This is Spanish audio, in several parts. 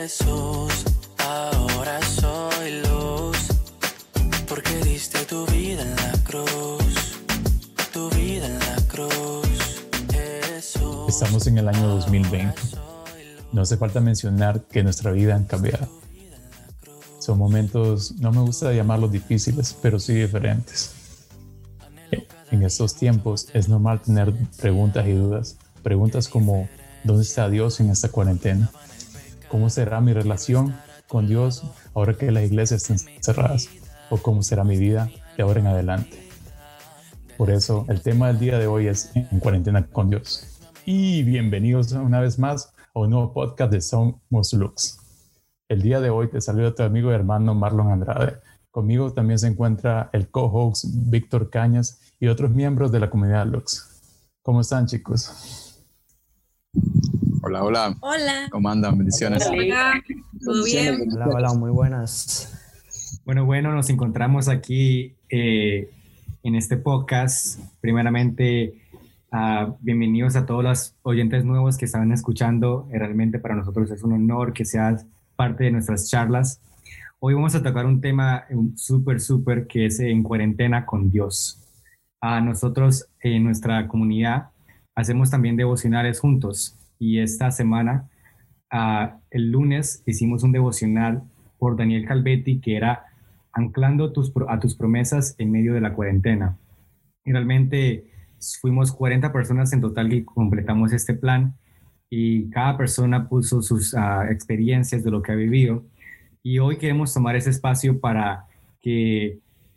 Jesús, ahora soy luz, porque diste tu vida en la cruz, tu vida en la cruz, Jesús. Estamos en el año 2020. No hace falta mencionar que nuestra vida ha cambiado. Son momentos, no me gusta llamarlos difíciles, pero sí diferentes. En estos tiempos es normal tener preguntas y dudas. Preguntas como, ¿dónde está Dios en esta cuarentena? ¿Cómo será mi relación con Dios ahora que las iglesias están cerradas? ¿O cómo será mi vida de ahora en adelante? Por eso, el tema del día de hoy es En cuarentena con Dios. Y bienvenidos una vez más a un nuevo podcast de Somos Lux. El día de hoy te saluda tu amigo y hermano Marlon Andrade. Conmigo también se encuentra el co-host Víctor Cañas y otros miembros de la comunidad Lux. ¿Cómo están, chicos? Hola, hola. Hola. ¿Cómo andan? Bendiciones. Hola. ¿Todo bien? Hola, muy buenas. Bueno, nos encontramos aquí en este podcast. Primeramente, bienvenidos a todos los oyentes nuevos que están escuchando. Realmente para nosotros es un honor que seas parte de nuestras charlas. Hoy vamos a tocar un tema súper que es En cuarentena con Dios. Nosotros en nuestra comunidad hacemos también devocionales juntos y esta semana, el lunes, hicimos un devocional por Daniel Calvetti que era anclando a tus promesas en medio de la cuarentena. Y realmente fuimos 40 personas en total que completamos este plan y cada persona puso sus experiencias de lo que ha vivido. Y hoy queremos tomar ese espacio para que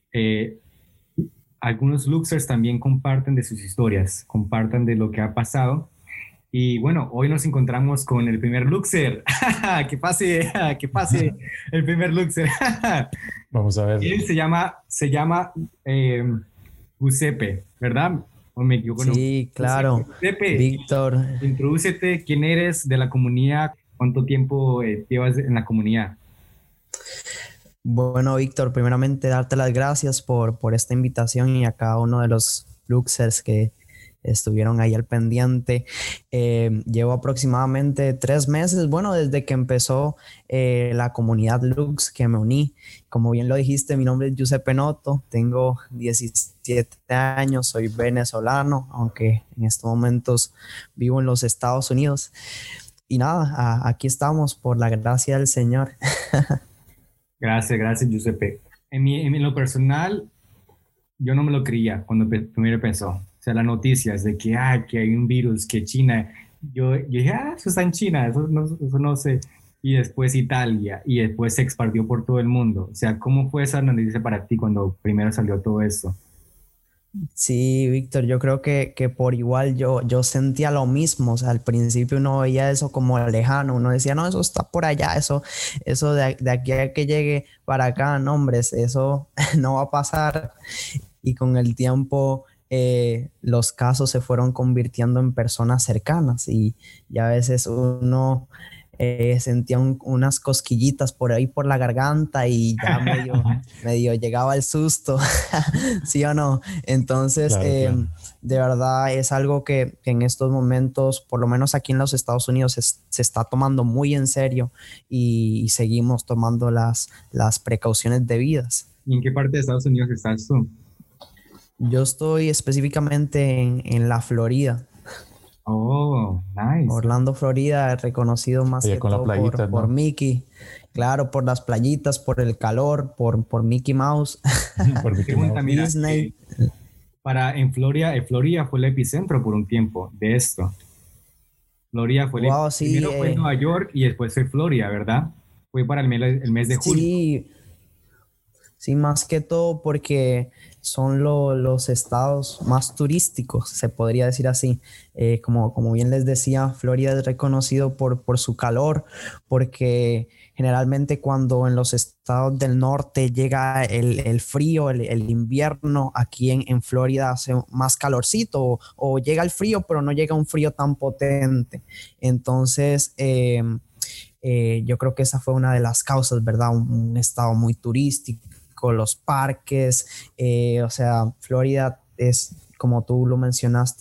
algunos Luxers también compartan de sus historias, compartan de lo que ha pasado. Y bueno, hoy nos encontramos con el primer Luxer. que pase el primer Luxer. Vamos a ver. Él se llama Giuseppe, ¿verdad? ¿O me equivoco? Sí, no. claro. Giuseppe, Víctor. Introdúcete, ¿quién eres de la comunidad? ¿Cuánto tiempo llevas en la comunidad? Bueno, Víctor, primeramente darte las gracias por esta invitación y a cada uno de los Luxers que estuvieron ahí al pendiente. Llevo aproximadamente 3 meses, bueno, desde que empezó la comunidad Lux, que me uní. Como bien lo dijiste, mi nombre es Giuseppe Noto, tengo 17 años, soy venezolano, aunque en estos momentos vivo en los Estados Unidos. Y nada, aquí estamos por la gracia del Señor. Gracias, Giuseppe. En lo personal, yo no me lo creía cuando primero empezó. O sea, las noticias de que hay un virus, que China, yo dije, eso está en China, eso no sé. Y después Italia, y después se expandió por todo el mundo. O sea, ¿cómo fue esa noticia para ti cuando primero salió todo esto? Sí, Víctor, yo creo que por igual yo sentía lo mismo. O sea, al principio uno veía eso como lejano, uno decía, no, eso está por allá, eso de aquí a que llegue para acá, no, hombres, eso no va a pasar. Y con el tiempo los casos se fueron convirtiendo en personas cercanas y a veces uno sentía unas cosquillitas por ahí por la garganta y ya medio llegaba el susto, ¿sí o no? Entonces, claro. De verdad es algo que en estos momentos, por lo menos aquí en los Estados Unidos, se está tomando muy en serio y seguimos tomando las precauciones debidas. ¿Y en qué parte de Estados Unidos estás tú? Yo estoy específicamente en la Florida. Oh, nice. Orlando, Florida, reconocido más que todo por Mickey. Claro, por las playitas, por el calor, por Mickey Mouse. Por Mickey Mouse. Disney. En Florida fue el epicentro por un tiempo de esto. Florida fue primero fue Nueva York y después fue Florida, ¿verdad? Fue para el mes de julio. Sí, más que todo porque son los estados más turísticos, se podría decir así. Como bien les decía, Florida es reconocido por su calor, porque generalmente cuando en los estados del norte llega el frío, el invierno, aquí en Florida hace más calorcito o llega el frío, pero no llega un frío tan potente. Entonces, yo creo que esa fue una de las causas, ¿verdad? Un estado muy turístico. Los parques, o sea, Florida es, como tú lo mencionaste,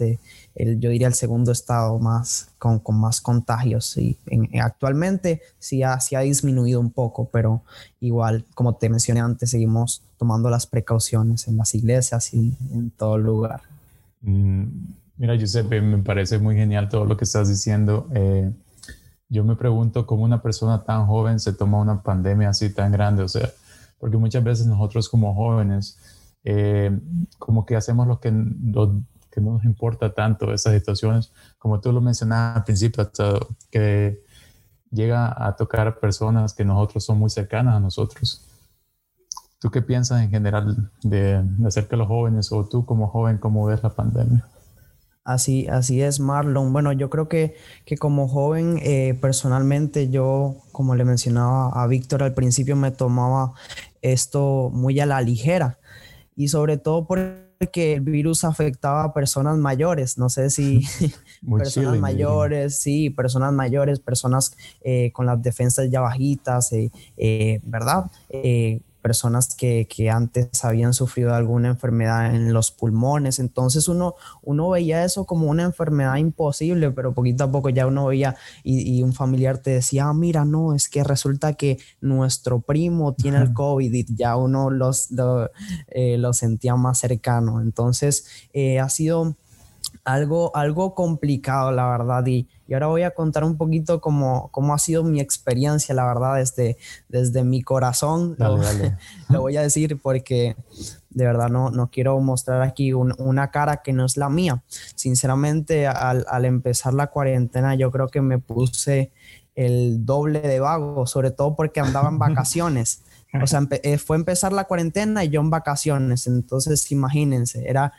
yo diría el segundo estado más con más contagios. Y actualmente sí ha disminuido un poco, pero igual, como te mencioné antes, seguimos tomando las precauciones en las iglesias y en todo lugar. Mira, Giuseppe, me parece muy genial todo lo que estás diciendo. Yo me pregunto cómo una persona tan joven se toma una pandemia así tan grande, o sea, porque muchas veces nosotros como jóvenes como que hacemos lo que no nos importa tanto esas situaciones, como tú lo mencionabas al principio, hasta que llega a tocar a personas que nosotros son muy cercanas a nosotros. ¿Tú qué piensas en general de acerca de los jóvenes, o tú como joven, cómo ves la pandemia? Así es, Marlon. Bueno, yo creo que como joven, personalmente yo, como le mencionaba a Víctor al principio, me tomaba esto muy a la ligera, y sobre todo porque el virus afectaba a personas mayores. No sé si personas mayores, sí, personas mayores, personas con las defensas ya bajitas, ¿verdad? Personas que antes habían sufrido alguna enfermedad en los pulmones. Entonces uno veía eso como una enfermedad imposible, pero poquito a poco ya uno veía y un familiar te decía, mira, no, es que resulta que nuestro primo tiene el COVID, y ya uno lo sentía más cercano. Entonces ha sido algo complicado, la verdad, y ahora voy a contar un poquito cómo ha sido mi experiencia, la verdad, desde mi corazón. Dale. Lo voy a decir porque de verdad no quiero mostrar aquí una cara que no es la mía. Sinceramente, al empezar la cuarentena, yo creo que me puse el doble de vago, sobre todo porque andaba en vacaciones. O sea, fue empezar la cuarentena y yo en vacaciones. Entonces, imagínense, era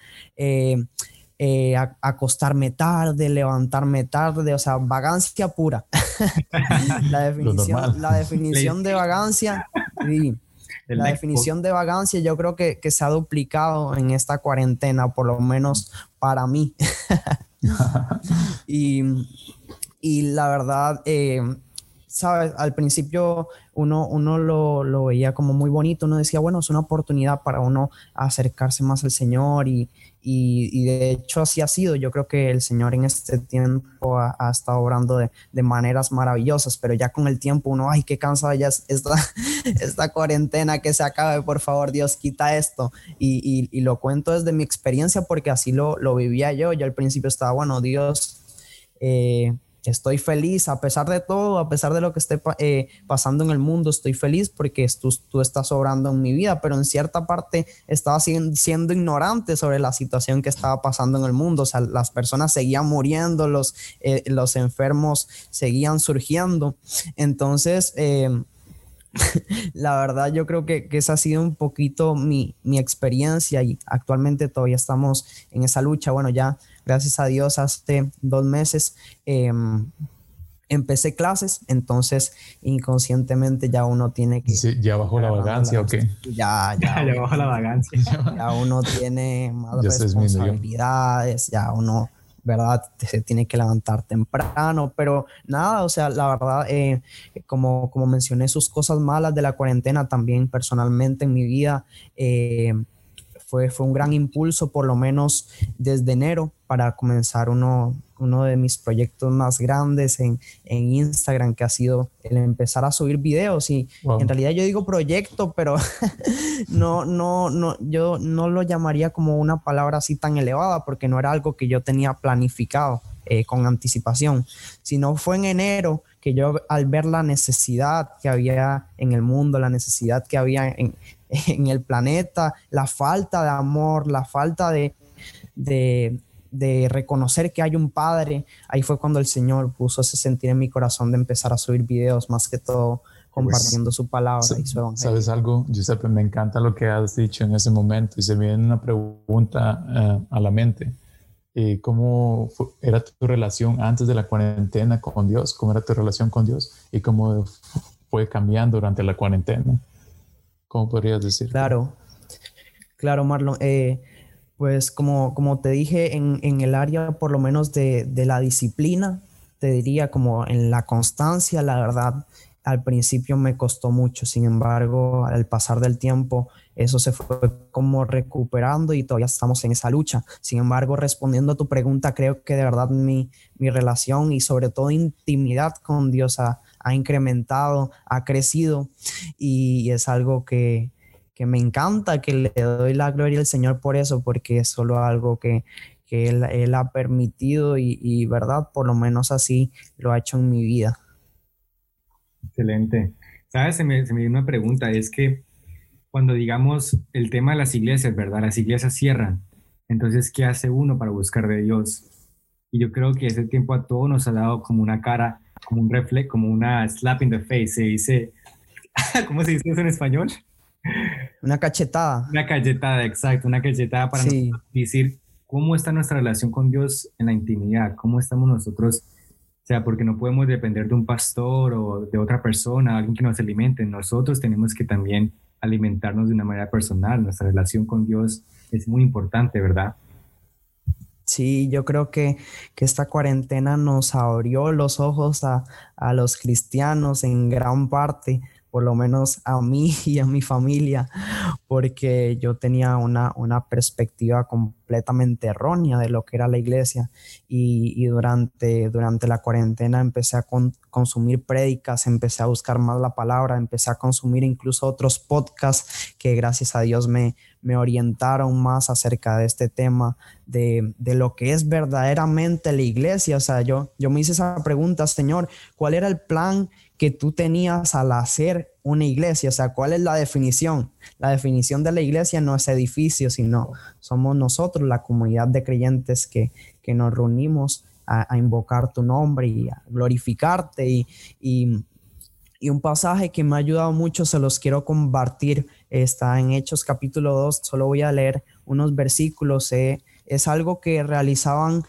acostarme tarde, levantarme tarde, o sea, vagancia pura. La definición de vagancia, sí, la definición de vagancia yo creo que se ha duplicado en esta cuarentena, por lo menos para mí. y la verdad, ¿sabes? Al principio uno lo veía como muy bonito, uno decía, bueno, es una oportunidad para uno acercarse más al Señor, y de hecho así ha sido. Yo creo que el Señor en este tiempo ha estado obrando de maneras maravillosas, pero ya con el tiempo uno, ay, qué cansado ya es esta cuarentena, que se acabe, por favor, Dios, quita esto. Y lo cuento desde mi experiencia porque así lo vivía yo. Yo al principio estaba, bueno, Dios, estoy feliz a pesar de todo, a pesar de lo que esté pasando en el mundo. Estoy feliz porque tú estás obrando en mi vida, pero en cierta parte estaba siendo ignorante sobre la situación que estaba pasando en el mundo. O sea, las personas seguían muriendo, los enfermos seguían surgiendo. Entonces, la verdad yo creo que esa ha sido un poquito mi experiencia, y actualmente todavía estamos en esa lucha. Bueno, ya gracias a Dios hace 2 meses empecé clases, entonces inconscientemente ya uno tiene que... Sí, ¿ya bajó la vagancia o qué? Ya bajó la vagancia. Ya uno tiene más responsabilidades, ya uno, ¿verdad? Se tiene que levantar temprano, pero nada, o sea, la verdad, como mencioné sus cosas malas de la cuarentena, también personalmente en mi vida, fue un gran impulso, por lo menos desde enero, para comenzar uno de mis proyectos más grandes en Instagram, que ha sido el empezar a subir videos. Y wow, en realidad yo digo proyecto, pero yo no lo llamaría como una palabra así tan elevada, porque no era algo que yo tenía planificado con anticipación, sino fue en enero que yo, al ver la necesidad que había en el mundo, la necesidad que había en el planeta, la falta de amor, la falta de reconocer que hay un Padre, ahí fue cuando el Señor puso ese sentir en mi corazón de empezar a subir videos, más que todo compartiendo su palabra y su evangelio. ¿Sabes algo, Giuseppe? Me encanta lo que has dicho en ese momento, y se me viene una pregunta a la mente. ¿Cómo era tu relación antes de la cuarentena con Dios? ¿Cómo era tu relación con Dios? ¿Y cómo fue cambiando durante la cuarentena? ¿Cómo podrías decir? Claro, Marlon. Pues como te dije, en el área por lo menos de la disciplina, te diría como en la constancia, la verdad, al principio me costó mucho. Sin embargo, al pasar del tiempo, eso se fue como recuperando y todavía estamos en esa lucha. Sin embargo, respondiendo a tu pregunta, creo que de verdad mi relación y sobre todo intimidad con Dios ha incrementado, ha crecido, y es algo que me encanta, que le doy la gloria al Señor por eso, porque es solo algo que Él ha permitido y verdad, por lo menos así lo ha hecho en mi vida. Excelente. ¿Sabes? Se me dio una pregunta, es que cuando digamos el tema de las iglesias, ¿verdad? Las iglesias cierran. Entonces, ¿qué hace uno para buscar de Dios? Y yo creo que ese tiempo a todos nos ha dado como una cara, como un reflejo, como una slap in the face. Se dice, ¿cómo se dice eso en español? Una cachetada. Una cachetada, exacto, una cachetada para Sí. decir cómo está nuestra relación con Dios en la intimidad, cómo estamos nosotros, o sea, porque no podemos depender de un pastor o de otra persona, alguien que nos alimente. Nosotros tenemos que también alimentarnos de una manera personal. Nuestra relación con Dios es muy importante, ¿verdad? Sí, yo creo que esta cuarentena nos abrió los ojos a los cristianos en gran parte, por lo menos a mí y a mi familia, porque yo tenía una perspectiva completamente errónea de lo que era la iglesia, y durante la cuarentena empecé a consumir prédicas, empecé a buscar más la palabra, empecé a consumir incluso otros podcasts que gracias a Dios me orientaron más acerca de este tema, de lo que es verdaderamente la iglesia. O sea, yo me hice esa pregunta: Señor, ¿cuál era el plan que tú tenías al hacer una iglesia? O sea, ¿cuál es la definición? La definición de la iglesia no es edificio, sino somos nosotros, la comunidad de creyentes que nos reunimos a invocar tu nombre y a glorificarte. Y un pasaje que me ha ayudado mucho, se los quiero compartir, está en Hechos capítulo 2, solo voy a leer unos versículos. Es algo que realizaban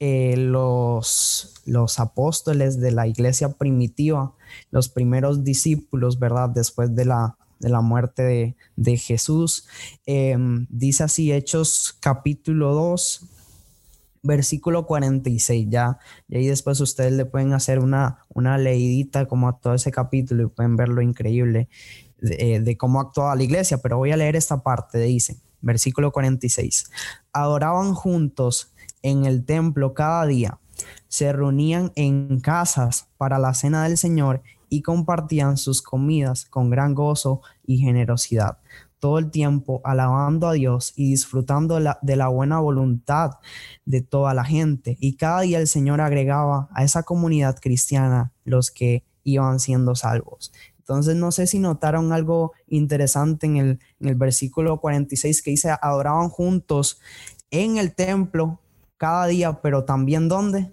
los apóstoles de la iglesia primitiva, los primeros discípulos, ¿verdad? Después de la muerte de Jesús. Dice así, Hechos capítulo 2, versículo 46, ya. Y ahí después ustedes le pueden hacer una leidita como a todo ese capítulo y pueden ver lo increíble de cómo actuaba la iglesia. Pero voy a leer esta parte. Dice, versículo 46, adoraban juntos en el templo cada día, se reunían en casas para la cena del Señor y compartían sus comidas con gran gozo y generosidad, todo el tiempo alabando a Dios y disfrutando de la buena voluntad de toda la gente. Y cada día el Señor agregaba a esa comunidad cristiana los que iban siendo salvos. Entonces, no sé si notaron algo interesante en el versículo 46 que dice, adoraban juntos en el templo cada día, pero también ¿dónde?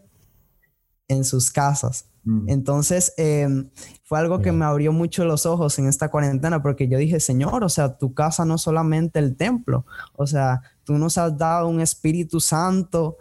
En sus casas. Entonces, fue algo que me abrió mucho los ojos en esta cuarentena, porque yo dije, Señor, o sea, tu casa no es solamente el templo, o sea, tú nos has dado un Espíritu Santo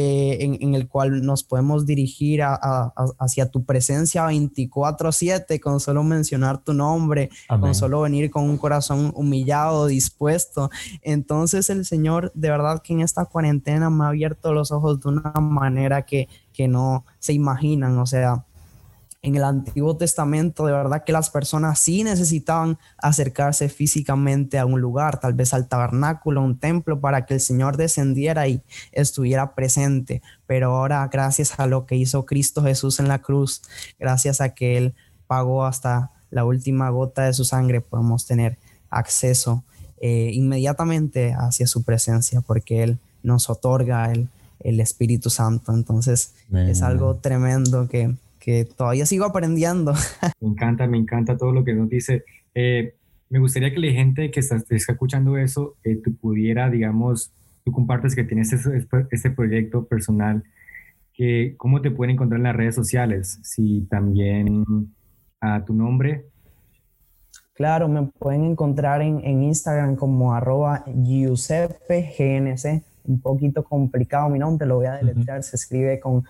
en el cual nos podemos dirigir hacia tu presencia 24/7 con solo mencionar tu nombre. Amén. Con solo venir con un corazón humillado, dispuesto. Entonces el Señor, de verdad que en esta cuarentena me ha abierto los ojos de una manera que no se imaginan. O sea, en el Antiguo Testamento, de verdad que las personas sí necesitaban acercarse físicamente a un lugar, tal vez al tabernáculo, un templo, para que el Señor descendiera y estuviera presente. Pero ahora, gracias a lo que hizo Cristo Jesús en la cruz, gracias a que Él pagó hasta la última gota de su sangre, podemos tener acceso inmediatamente hacia su presencia, porque Él nos otorga el Espíritu Santo. Entonces, es algo tremendo que todavía sigo aprendiendo. Me encanta todo lo que nos dice. Me gustaría que la gente que está escuchando eso, tú pudiera, digamos, tú compartes que tienes este proyecto personal, que cómo te pueden encontrar en las redes sociales, si también a tu nombre. Claro, me pueden encontrar en Instagram como @GiuseppeGNC, un poquito complicado mi nombre, lo voy a deletrear, se escribe con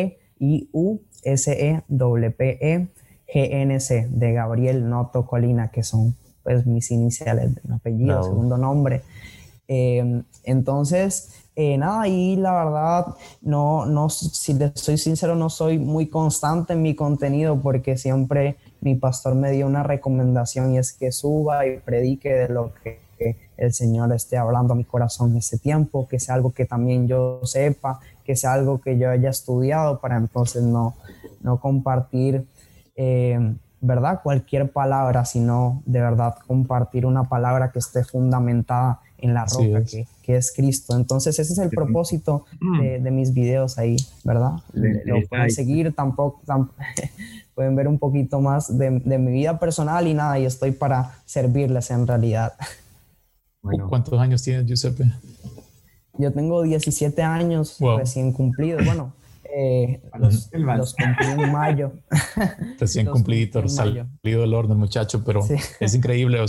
GIUSEPPEGNC, de Gabriel Noto Colina, que son pues mis iniciales de mi apellido, segundo nombre. Entonces, nada, y la verdad, no, si les soy sincero, no soy muy constante en mi contenido, porque siempre mi pastor me dio una recomendación y es que suba y predique de lo que el Señor esté hablando a mi corazón en ese tiempo, que sea algo que también yo sepa, que sea algo que yo haya estudiado para entonces no compartir, ¿verdad? Cualquier palabra, sino de verdad compartir una palabra que esté fundamentada en la roca que es Cristo. Entonces ese es el propósito de mis videos ahí, ¿verdad? Lo pueden seguir, pueden ver un poquito más de mi vida personal y nada, y estoy para servirles en realidad. Bueno. ¿Cuántos años tienes, Giuseppe? Yo tengo 17 años recién cumplidos. Bueno, los cumplí en mayo. Recién cumplido, salido del horno el muchacho, pero sí. Es increíble,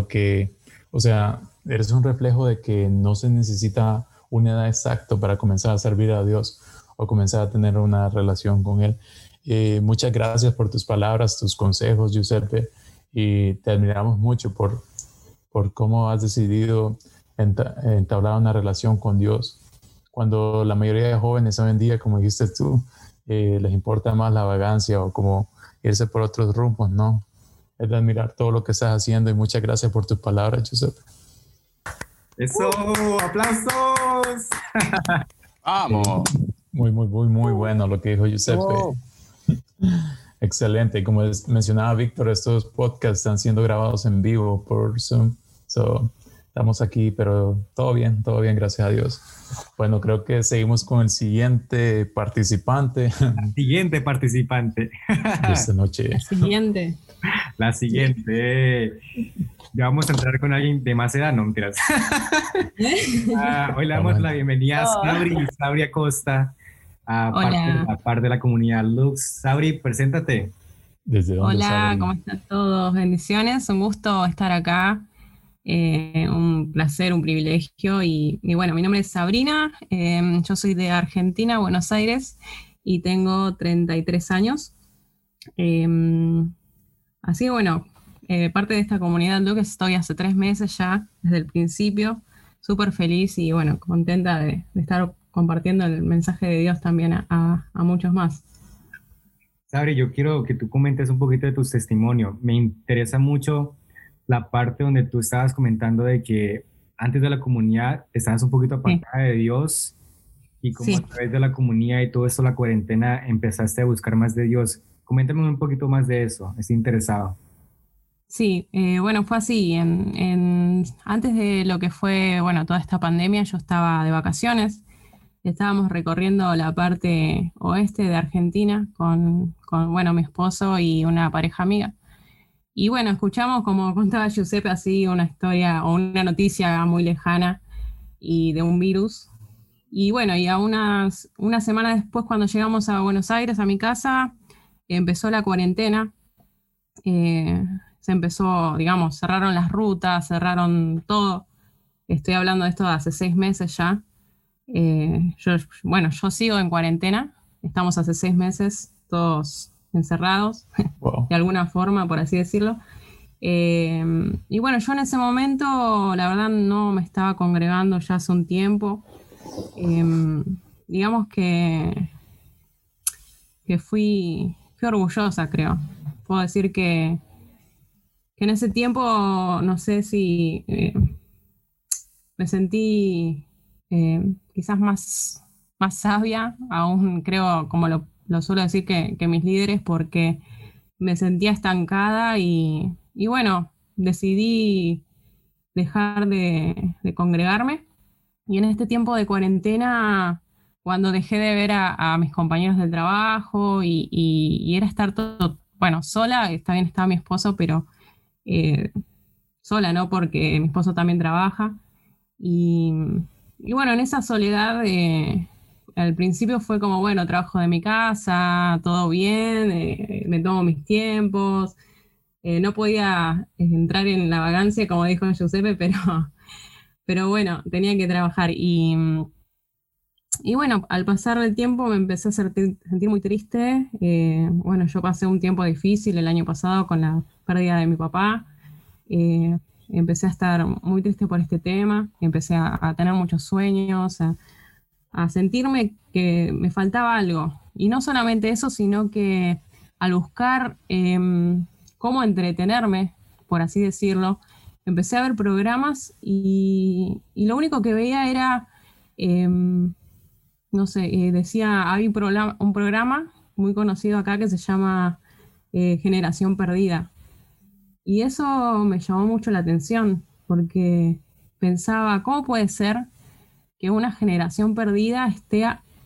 eres un reflejo de que no se necesita una edad exacta para comenzar a servir a Dios o comenzar a tener una relación con Él. Muchas gracias por tus palabras, tus consejos, Giuseppe, y te admiramos mucho por cómo has decidido entablar una relación con Dios. Cuando la mayoría de jóvenes hoy en día, como dijiste tú, les importa más la vagancia o como irse por otros rumbos, ¿no? Es de admirar todo lo que estás haciendo y muchas gracias por tus palabras, Giuseppe. ¡Eso! ¡Aplausos! ¡Vamos! Muy bueno lo que dijo Giuseppe. Oh. Excelente. Como mencionaba Víctor, estos podcasts están siendo grabados en vivo por Zoom. Estamos aquí, pero todo bien, gracias a Dios. Bueno, creo que seguimos con el siguiente participante. La siguiente participante. De esta noche. La siguiente. Ya vamos a entrar con alguien de más edad, no mentiras. Hoy le damos la bienvenida a Sabri Acosta, parte de la comunidad Lux. Sabri, preséntate. ¿Desde dónde? Hola, Sabri? ¿Cómo están todos? Bendiciones, un gusto estar acá. Un placer, un privilegio y bueno, mi nombre es Sabrina, yo soy de Argentina, Buenos Aires y tengo 33 años. Así que bueno, parte de esta comunidad Luke estoy hace 3 meses ya, desde el principio, súper feliz y bueno, contenta de estar compartiendo el mensaje de Dios también a muchos más. Sabri, yo quiero que tú comentes un poquito de tu testimonio. Me interesa mucho la parte donde tú estabas comentando de que antes de la comunidad estabas un poquito apartada de Dios y como a través de la comunidad y todo esto, la cuarentena, empezaste a buscar más de Dios. Coméntame un poquito más de eso, estoy interesado. Sí, bueno, fue así. Antes de lo que fue, bueno, toda esta pandemia, yo estaba de vacaciones. Estábamos recorriendo la parte oeste de Argentina con bueno, mi esposo y una pareja amiga. Y bueno, escuchamos, como contaba Giuseppe, así una historia o una noticia muy lejana y de un virus. Y bueno, y a una semana después, cuando llegamos a Buenos Aires, a mi casa, empezó la cuarentena. Se empezó, digamos, cerraron las rutas, cerraron todo. Estoy hablando de esto de hace 6 meses ya. Yo sigo en cuarentena. Estamos hace 6 meses todos encerrados, wow. De alguna forma, por así decirlo. Y bueno, yo en ese momento, la verdad, no me estaba congregando ya hace un tiempo. Digamos que fui orgullosa, creo. Puedo decir que en ese tiempo, no sé si me sentí quizás más sabia, aún creo, como lo suelo decir, que mis líderes, porque me sentía estancada y bueno, decidí dejar de congregarme. Y en este tiempo de cuarentena, cuando dejé de ver a mis compañeros del trabajo y era estar todo, bueno, sola, también estaba mi esposo, pero sola, ¿no? Porque mi esposo también trabaja. Y bueno, en esa soledad, al principio fue como, bueno, trabajo de mi casa, todo bien, me tomo mis tiempos. No podía entrar en la vagancia, como dijo Giuseppe, pero bueno, tenía que trabajar. Y bueno, al pasar el tiempo me empecé a sentir muy triste. Bueno, yo pasé un tiempo difícil el año pasado con la pérdida de mi papá. Empecé a estar muy triste por este tema. Empecé a tener muchos sueños, a sentirme que me faltaba algo. Y no solamente eso, sino que al buscar cómo entretenerme, por así decirlo. Empecé a ver programas y lo único que veía era, no sé, decía, hay un programa muy conocido acá que se llama Generación Perdida. Y eso me llamó mucho la atención, porque pensaba, ¿cómo puede ser que una generación perdida esté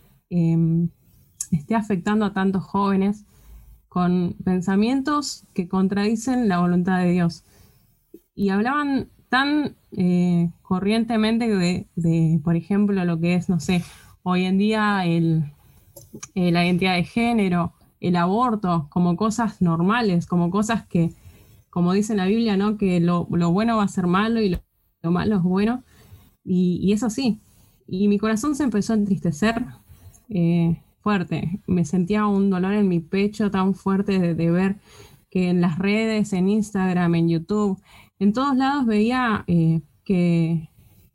afectando a tantos jóvenes con pensamientos que contradicen la voluntad de Dios? Y hablaban tan corrientemente de, por ejemplo, lo que es, no sé, hoy en día la identidad de género, el aborto, como cosas normales, como cosas que, como dice la Biblia, ¿no? Que lo bueno va a ser malo y lo malo es bueno. Y eso sí. Y mi corazón se empezó a entristecer fuerte. Me sentía un dolor en mi pecho tan fuerte de ver que en las redes, en Instagram, en YouTube, en todos lados veía que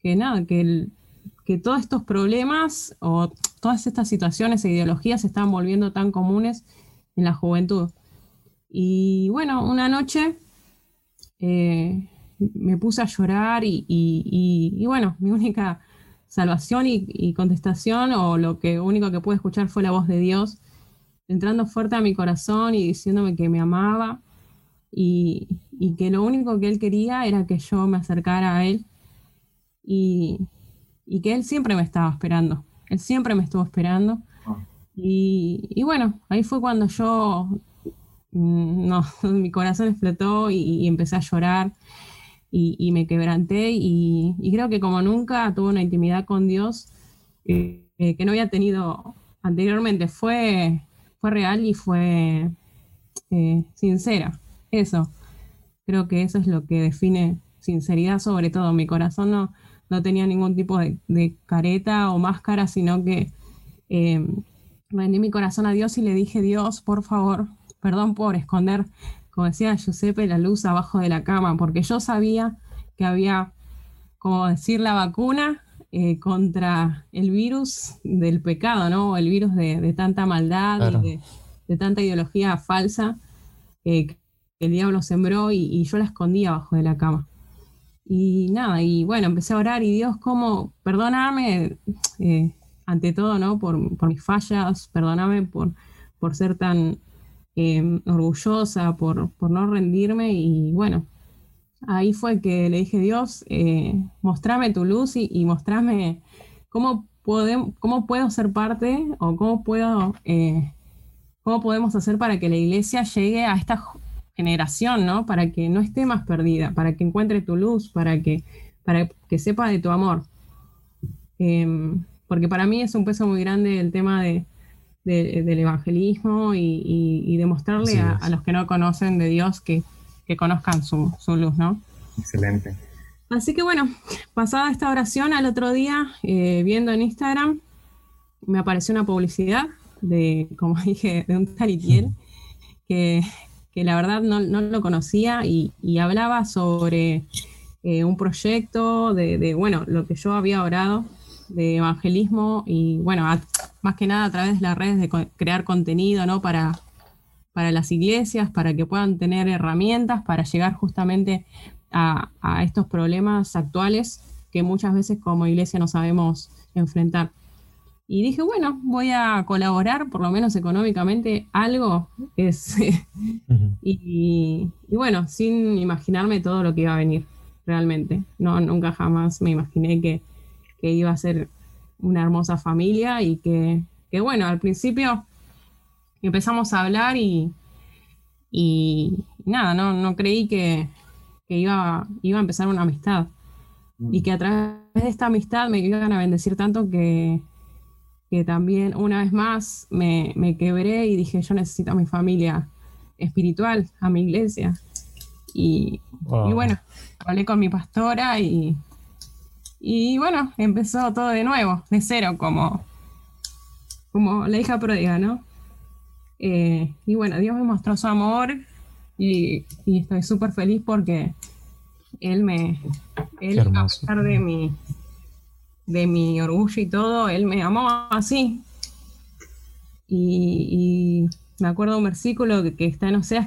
todos estos problemas o todas estas situaciones e ideologías se estaban volviendo tan comunes en la juventud. Y bueno, una noche me puse a llorar y bueno, mi única salvación y contestación, o lo único que pude escuchar, fue la voz de Dios entrando fuerte a mi corazón y diciéndome que me amaba y que lo único que Él quería era que yo me acercara a Él y que Él siempre me estaba esperando. Él siempre me estuvo esperando. Y bueno, ahí fue cuando yo, mi corazón explotó y empecé a llorar y me quebranté y creo que como nunca tuve una intimidad con Dios que no había tenido anteriormente. Fue real y fue sincera. Eso, creo que eso es lo que define sinceridad, sobre todo. Mi corazón no tenía ningún tipo de careta o máscara, sino que rendí mi corazón a Dios y le dije: Dios, por favor, perdón por esconder, como decía Giuseppe, la luz abajo de la cama, porque yo sabía que había, como decir, la vacuna contra el virus del pecado, ¿no? El virus de tanta maldad, claro, y de tanta ideología falsa que el diablo sembró y yo la escondía abajo de la cama. Y nada, y bueno, empecé a orar y Dios, perdóname ante todo, ¿no? Por mis fallas, perdóname por ser tan orgullosa, por no rendirme. Y bueno, ahí fue que le dije: Dios, mostrame tu luz y mostrame cómo puedo ser parte, o cómo podemos hacer para que la iglesia llegue a esta generación, ¿no? Para que no esté más perdida, para que encuentre tu luz, para que sepa de tu amor. Porque para mí es un peso muy grande el tema del evangelismo y demostrarle a los que no conocen de Dios que conozcan su luz, ¿no? Excelente. Así que bueno, pasada esta oración, al otro día, viendo en Instagram, me apareció una publicidad como dije, de un Talitiel, que la verdad no lo conocía y hablaba sobre un proyecto de bueno, lo que yo había orado, de evangelismo y bueno, más que nada a través de las redes, de crear contenido, ¿no? Para las iglesias, para que puedan tener herramientas para llegar justamente a estos problemas actuales que muchas veces como iglesia no sabemos enfrentar. Y dije, bueno, voy a colaborar, por lo menos económicamente, algo. Y bueno, sin imaginarme todo lo que iba a venir, realmente. Nunca jamás me imaginé que iba a ser una hermosa familia y que bueno, al principio empezamos a hablar y nada, no creí que iba a empezar una amistad. Y que a través de esta amistad me iban a bendecir tanto que también una vez más me quebré y dije: yo necesito a mi familia espiritual, a mi iglesia. Y bueno, hablé con mi pastora y bueno, empezó todo de nuevo, de cero, como la hija pródiga, ¿no? Y bueno, Dios me mostró su amor y estoy súper feliz porque Él, a pesar de mi orgullo y todo, Él me amó así. Y me acuerdo de un versículo que está en Oseas que dice: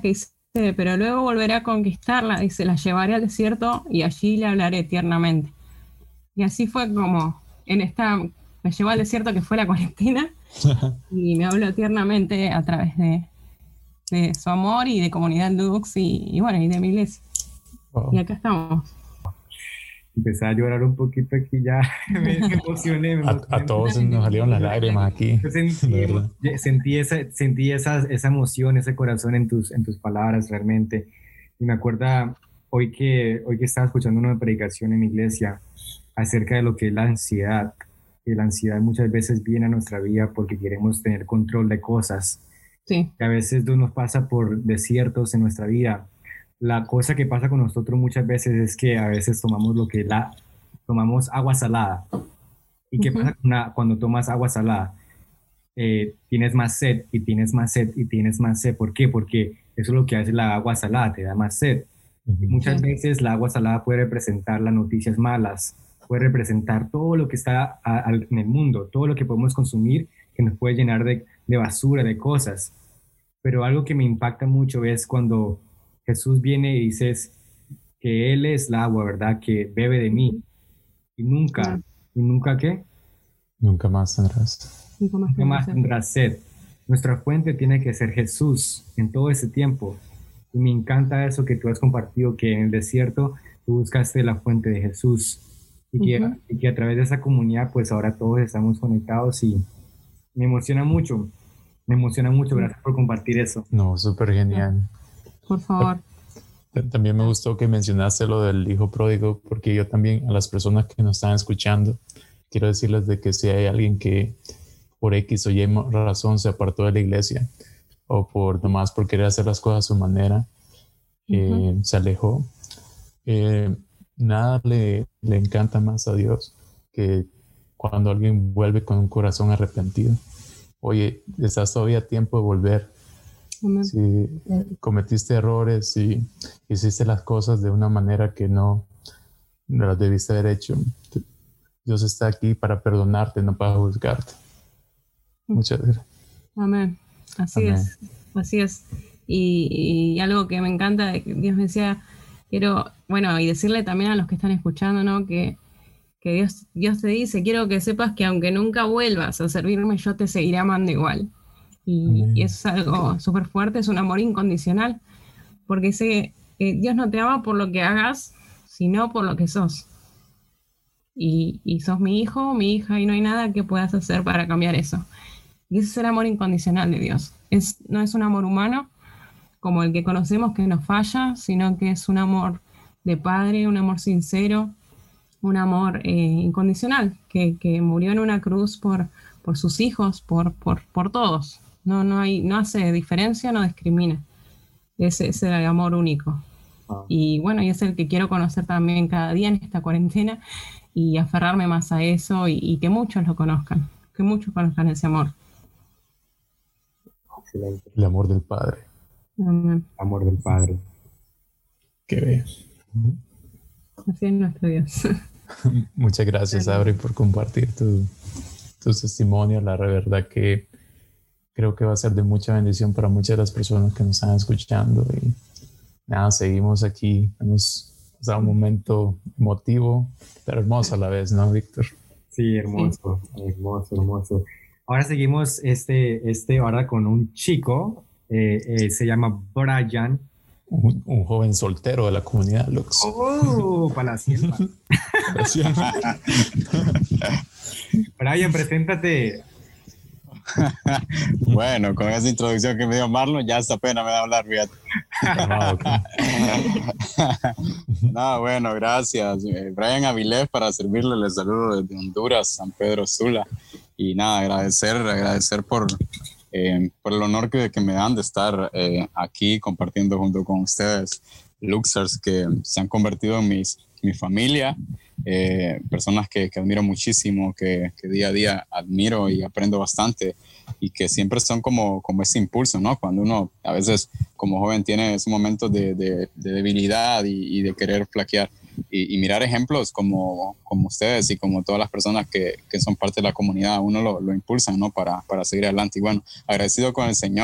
pero luego volveré a conquistarla, dice, la llevaré al desierto y allí le hablaré tiernamente. Y así fue como me llevó al desierto que fue la cuarentena y me habló tiernamente a través de su amor y de Comunidad Lux y bueno, y de mi iglesia. Wow. Y acá estamos. Empecé a llorar un poquito aquí ya, me emocioné. A todos nos salieron las lágrimas aquí. Yo de verdad. sentí esa emoción, ese corazón en tus palabras realmente. Y me acuerdo hoy que estaba escuchando una predicación en mi iglesia acerca de lo que es la ansiedad. Que la ansiedad muchas veces viene a nuestra vida porque queremos tener control de cosas. Sí. Que a veces nos pasa por desiertos en nuestra vida. La cosa que pasa con nosotros muchas veces es que a veces tomamos tomamos agua salada. ¿Y qué pasa cuando tomas agua salada? Tienes más sed y tienes más sed y tienes más sed. ¿Por qué? Porque eso es lo que hace la agua salada, te da más sed. Y muchas veces la agua salada puede representar las noticias malas, puede representar todo lo que está en el mundo, todo lo que podemos consumir que nos puede llenar de basura, de cosas. Pero algo que me impacta mucho es cuando Jesús viene y dices que Él es el agua, ¿verdad? Que bebe de mí. Y nunca ¿qué? Nunca más tendrás. Nunca más tendrás sed. Nuestra fuente tiene que ser Jesús en todo ese tiempo. Y me encanta eso que tú has compartido, que en el desierto tú buscaste la fuente de Jesús. Y que a través de esa comunidad, pues ahora todos estamos conectados y me emociona mucho. Me emociona mucho. Gracias por compartir eso. No, súper genial. Por favor. También me gustó que mencionaste lo del hijo pródigo, porque yo también a las personas que nos están escuchando, quiero decirles de que si hay alguien que por X o Y razón se apartó de la iglesia o nomás por querer hacer las cosas a su manera, se alejó, nada le encanta más a Dios que cuando alguien vuelve con un corazón arrepentido. Oye, estás todavía a tiempo de volver. Si cometiste errores y hiciste las cosas de una manera que no las debiste haber hecho, Dios está aquí para perdonarte, no para juzgarte. Muchas gracias. Amén. Así es. Así es. Y algo que me encanta, Dios me decía, y decirle también a los que están escuchando, ¿no? Que Dios te dice, quiero que sepas que aunque nunca vuelvas a servirme, yo te seguiré amando igual. Y eso es algo súper fuerte, es un amor incondicional, porque dice que Dios no te ama por lo que hagas, sino por lo que sos. Y sos mi hijo, mi hija, y no hay nada que puedas hacer para cambiar eso. Y ese es el amor incondicional de Dios. No es un amor humano, como el que conocemos que nos falla, sino que es un amor de padre, un amor sincero, un amor incondicional, que murió en una cruz por sus hijos, por todos. No hace diferencia, no discrimina. Ese es el amor único. Y bueno, y es el que quiero conocer también cada día en esta cuarentena y aferrarme más a eso y que muchos lo conozcan, que muchos conozcan ese amor. Excelente. El amor del Padre. Amor del Padre. Qué bien. Así es nuestro Dios. Muchas gracias, Abri, por compartir tu testimonio. La verdad que creo que va a ser de mucha bendición para muchas de las personas que nos están escuchando. Y nada, seguimos aquí. Hemos pasado un momento emotivo, pero hermoso a la vez, ¿no, Víctor? Sí, hermoso, hermoso. Ahora seguimos ahora con un chico, se llama Brian. Un joven soltero de la comunidad Lux. Para la siembra. Brian, preséntate. Bueno, con esa introducción que me dio Marlon, ya hasta pena me da hablar, fíjate. No, bueno, gracias. Brian Avilés, para servirle, les saludo desde Honduras, San Pedro Sula. Y nada, agradecer por el honor que me dan de estar aquí compartiendo junto con ustedes, Luxers, que se han convertido en mi familia, personas que admiro muchísimo, que día a día admiro y aprendo bastante, y que siempre son como ese impulso, ¿no? Cuando uno a veces como joven tiene ese momento de debilidad y de querer flaquear, y mirar ejemplos como ustedes y como todas las personas que son parte de la comunidad, uno lo impulsan, ¿no? Para seguir adelante. Y bueno, agradecido con el Señor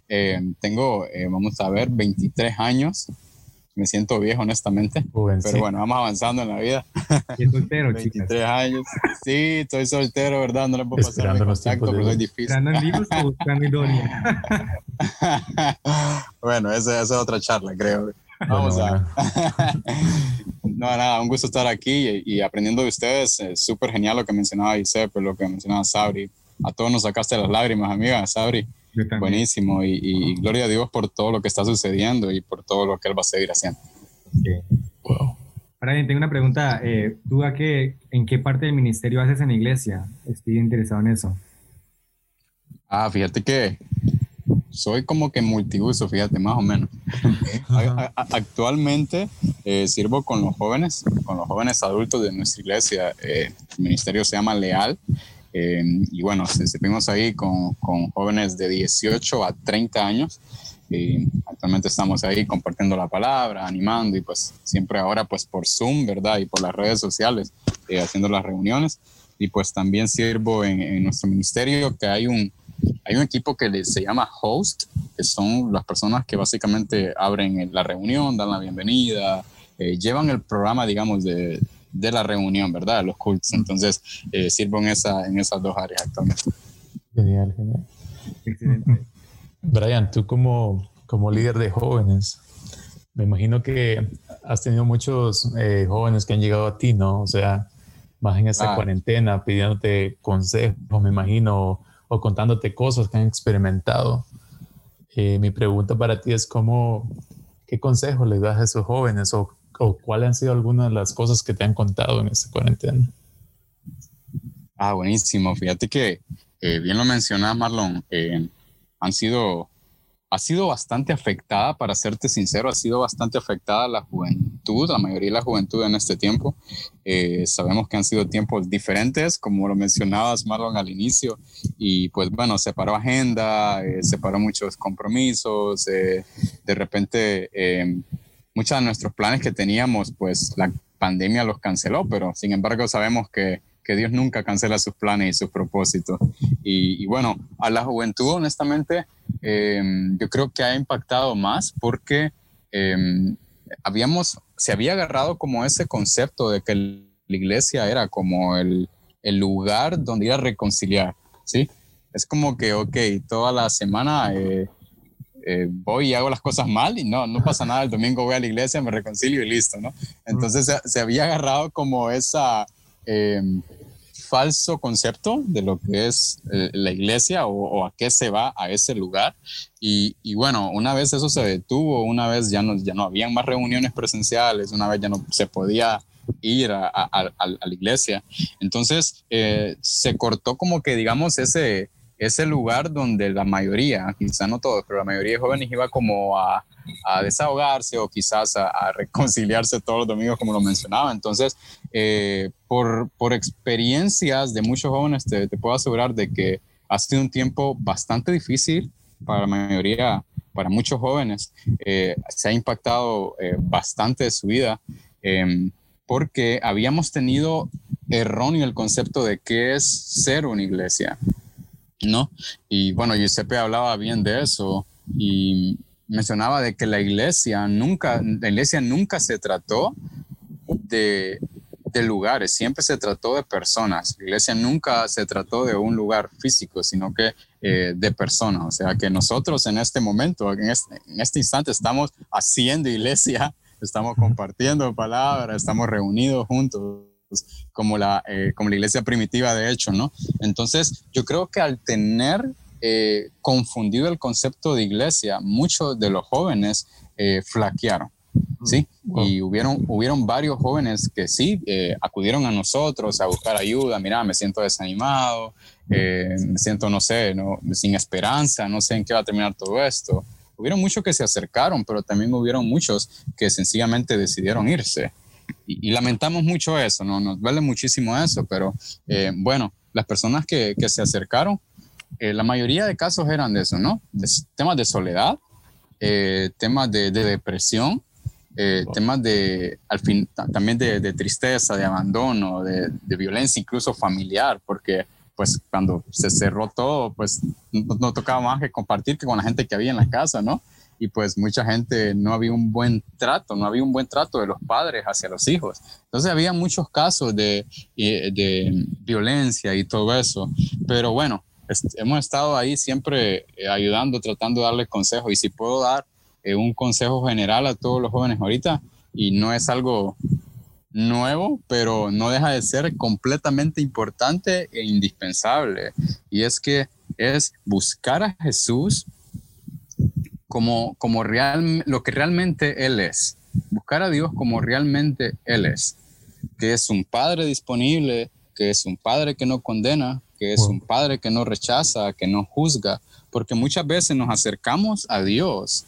Tengo, vamos a ver, 23 años. Me siento viejo, honestamente. Pero bueno, vamos avanzando en la vida. ¿Y soltero, 23 chicas? años. Sí, estoy soltero, ¿verdad? No le puedo pasar mi contacto porque es difícil. ¿Buscando amigos o buscando idónea? Bueno, esa es otra charla, creo. Vamos a... No, nada, un gusto estar aquí y aprendiendo de ustedes. Súper genial lo que mencionaba Giuseppe, lo que mencionaba Sabri. A todos nos sacaste las lágrimas, amiga, Sabri. Buenísimo y gloria a Dios por todo lo que está sucediendo y por todo lo que Él va a seguir haciendo. Okay. Wow. Brian, tengo una pregunta. ¿Tú en qué parte del ministerio haces en la iglesia? Estoy interesado en eso. Fíjate que soy como que multiuso, fíjate, más o menos. Actualmente sirvo con los jóvenes adultos de nuestra iglesia. El ministerio se llama Leal. Y bueno, servimos ahí con jóvenes de 18 a 30 años. Actualmente estamos ahí compartiendo la palabra, animando y pues siempre ahora pues por Zoom, ¿verdad? Y por las redes sociales, haciendo las reuniones. Y pues también sirvo en nuestro ministerio, que hay un equipo que se llama Host, que son las personas que básicamente abren la reunión, dan la bienvenida, llevan el programa, digamos, de la reunión, ¿verdad? Los cultos. Entonces, sirvo en esas dos áreas actualmente. Genial. Excelente. Brian, tú como líder de jóvenes, me imagino que has tenido muchos jóvenes que han llegado a ti, ¿no? O sea, más en esa cuarentena, pidiéndote consejos, me imagino, o contándote cosas que han experimentado. Mi pregunta para ti es ¿qué consejos le das a esos jóvenes o cuáles han sido algunas de las cosas que te han contado en esta cuarentena? Buenísimo. Fíjate que bien lo mencionas, Marlon. Ha sido bastante afectada, para serte sincero, ha sido bastante afectada la juventud, la mayoría de la juventud en este tiempo. Sabemos que han sido tiempos diferentes, como lo mencionabas, Marlon, al inicio, y pues bueno, se paró agenda, se paró muchos compromisos, de repente muchos de nuestros planes que teníamos, pues la pandemia los canceló, pero sin embargo sabemos que Dios nunca cancela sus planes y sus propósitos. Y bueno, a la juventud, honestamente, yo creo que ha impactado más porque se había agarrado como ese concepto de que la iglesia era como el lugar donde ir a reconciliar, ¿sí? Es como que, ok, toda la semana voy y hago las cosas mal y no pasa nada, el domingo voy a la iglesia, me reconcilio y listo, ¿no? Entonces se había agarrado como esa... falso concepto de lo que es la iglesia o a qué se va a ese lugar y bueno, una vez eso se detuvo, una vez ya no habían más reuniones presenciales, una vez ya no se podía ir a la iglesia, entonces se cortó como que digamos ese lugar donde la mayoría, quizás no todos, pero la mayoría de jóvenes iba como a desahogarse o quizás a reconciliarse todos los domingos, como lo mencionaba. Entonces, por experiencias de muchos jóvenes, te puedo asegurar de que ha sido un tiempo bastante difícil para la mayoría, para muchos jóvenes. Se ha impactado bastante de su vida porque habíamos tenido erróneo el concepto de qué es ser una iglesia, ¿no? Y bueno, Giuseppe hablaba bien de eso y mencionaba de que la iglesia nunca se trató de lugares, siempre se trató de personas. La iglesia nunca se trató de un lugar físico, sino que de personas. O sea, que nosotros en este momento, en este instante, estamos haciendo iglesia, estamos compartiendo palabras, estamos reunidos juntos, como la iglesia primitiva, de hecho, ¿no? Entonces, yo creo que al tener confundido el concepto de iglesia, muchos de los jóvenes flaquearon, ¿sí? Y hubieron varios jóvenes que sí acudieron a nosotros a buscar ayuda. Mira, me siento desanimado, me siento, no sé, sin esperanza, no sé en qué va a terminar todo esto. Hubieron muchos que se acercaron, pero también hubieron muchos que sencillamente decidieron irse. Y lamentamos mucho eso, ¿no? Nos duele muchísimo eso, pero bueno, las personas que se acercaron, la mayoría de casos eran de eso, ¿no? Temas de soledad, temas de depresión, temas también de tristeza, de abandono, de violencia incluso familiar, porque pues cuando se cerró todo, pues no tocaba más que compartir que con la gente que había en la casa, ¿no? Y pues mucha gente no había un buen trato de los padres hacia los hijos. Entonces había muchos casos de violencia y todo eso. Pero bueno, hemos estado ahí siempre ayudando, tratando de darles consejos. Y si puedo dar un consejo general a todos los jóvenes ahorita, y no es algo nuevo, pero no deja de ser completamente importante e indispensable. Y es que es buscar a Jesús como lo que realmente Él es. Buscar a Dios como realmente Él es. Que es un Padre disponible, que es un Padre que no condena, que es un Padre que no rechaza, que no juzga. Porque muchas veces nos acercamos a Dios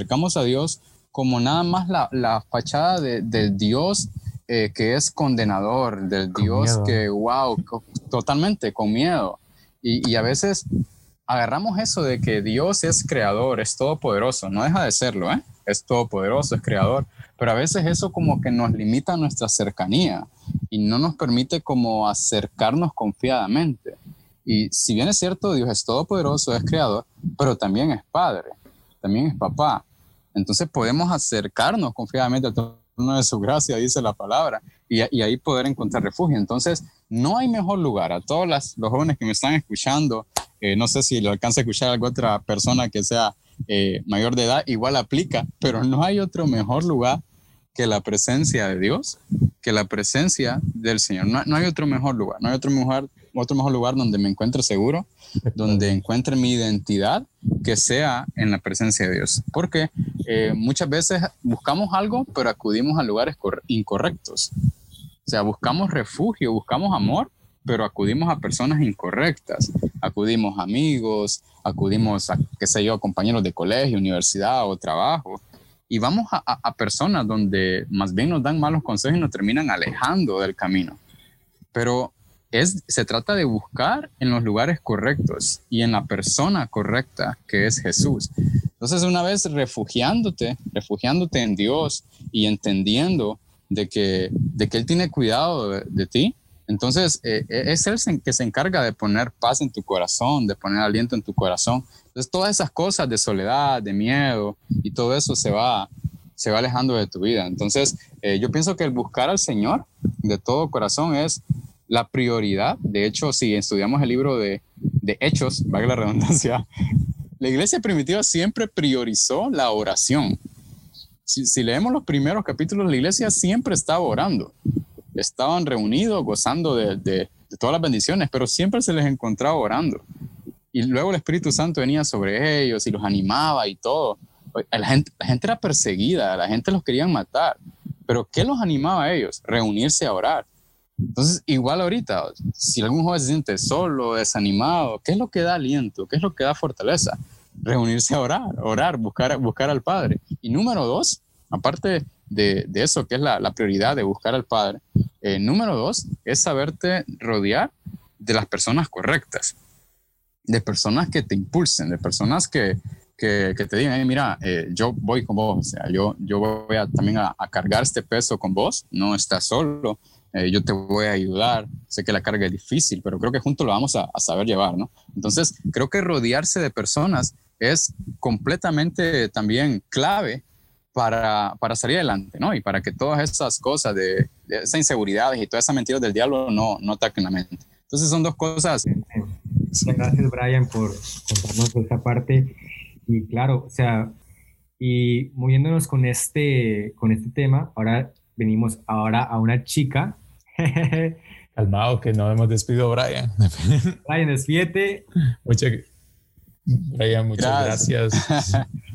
como nada más la fachada de Dios que es condenador, del Dios miedo. Que, wow, totalmente con miedo. Y a veces agarramos eso de que Dios es creador, es todopoderoso. No deja de serlo, ¿eh? Es todopoderoso, es creador. Pero a veces eso como que nos limita nuestra cercanía y no nos permite como acercarnos confiadamente. Y si bien es cierto, Dios es todopoderoso, es creador, pero también es padre, también es papá. Entonces podemos acercarnos confiadamente al trono de su gracia, dice la palabra, y ahí poder encontrar refugio. Entonces no hay mejor lugar. A todos los jóvenes que me están escuchando, no sé si lo alcanza a escuchar alguna otra persona que sea mayor de edad, igual aplica, pero no hay otro mejor lugar que la presencia de Dios, que la presencia del Señor. No hay otro mejor lugar, no hay otro mejor lugar donde me encuentre seguro, donde encuentre mi identidad, que sea en la presencia de Dios. Porque muchas veces buscamos algo, pero acudimos a lugares incorrectos. O sea, buscamos refugio, buscamos amor, pero acudimos a personas incorrectas. Acudimos a amigos, acudimos a, qué sé yo, compañeros de colegio, universidad o trabajo. Y vamos a personas donde más bien nos dan malos consejos y nos terminan alejando del camino. Pero se trata de buscar en los lugares correctos y en la persona correcta, que es Jesús. Entonces, una vez refugiándote en Dios y entendiendo de que Él tiene cuidado de ti, entonces es Él que se encarga de poner paz en tu corazón, de poner aliento en tu corazón. Entonces, todas esas cosas de soledad, de miedo y todo eso se va alejando de tu vida. Entonces, yo pienso que el buscar al Señor de todo corazón es la prioridad. De hecho, si estudiamos el libro de Hechos, valga la redundancia, la iglesia primitiva siempre priorizó la oración. Si leemos los primeros capítulos, la iglesia siempre estaba orando. Estaban reunidos, gozando de todas las bendiciones, pero siempre se les encontraba orando. Y luego el Espíritu Santo venía sobre ellos y los animaba y todo. La gente era perseguida, la gente los quería matar. Pero ¿qué los animaba a ellos? Reunirse a orar. Entonces, igual ahorita, si algún joven se siente solo, desanimado, ¿qué es lo que da aliento? ¿Qué es lo que da fortaleza? Reunirse a orar, buscar al Padre. Y número 2, aparte de eso, que es la prioridad de buscar al Padre, número 2 es saberte rodear de las personas correctas, de personas que te impulsen, de personas que te digan, mira, yo voy con vos, o sea, yo voy también a cargar este peso con vos, no estás solo. Yo te voy a ayudar, sé que la carga es difícil, pero creo que juntos lo vamos a saber llevar, ¿no? Entonces, creo que rodearse de personas es completamente también clave para salir adelante, ¿no? Y para que todas esas cosas de esas inseguridades y todas esas mentiras del diablo no ataquen la mente. Entonces, son dos cosas. Muchas gracias, Brian, por contarnos esta parte. Y claro, o sea, y moviéndonos con este tema, ahora venimos a una chica. Calmado, que no hemos despedido a Brian. Brian, despídete. Brian, muchas gracias.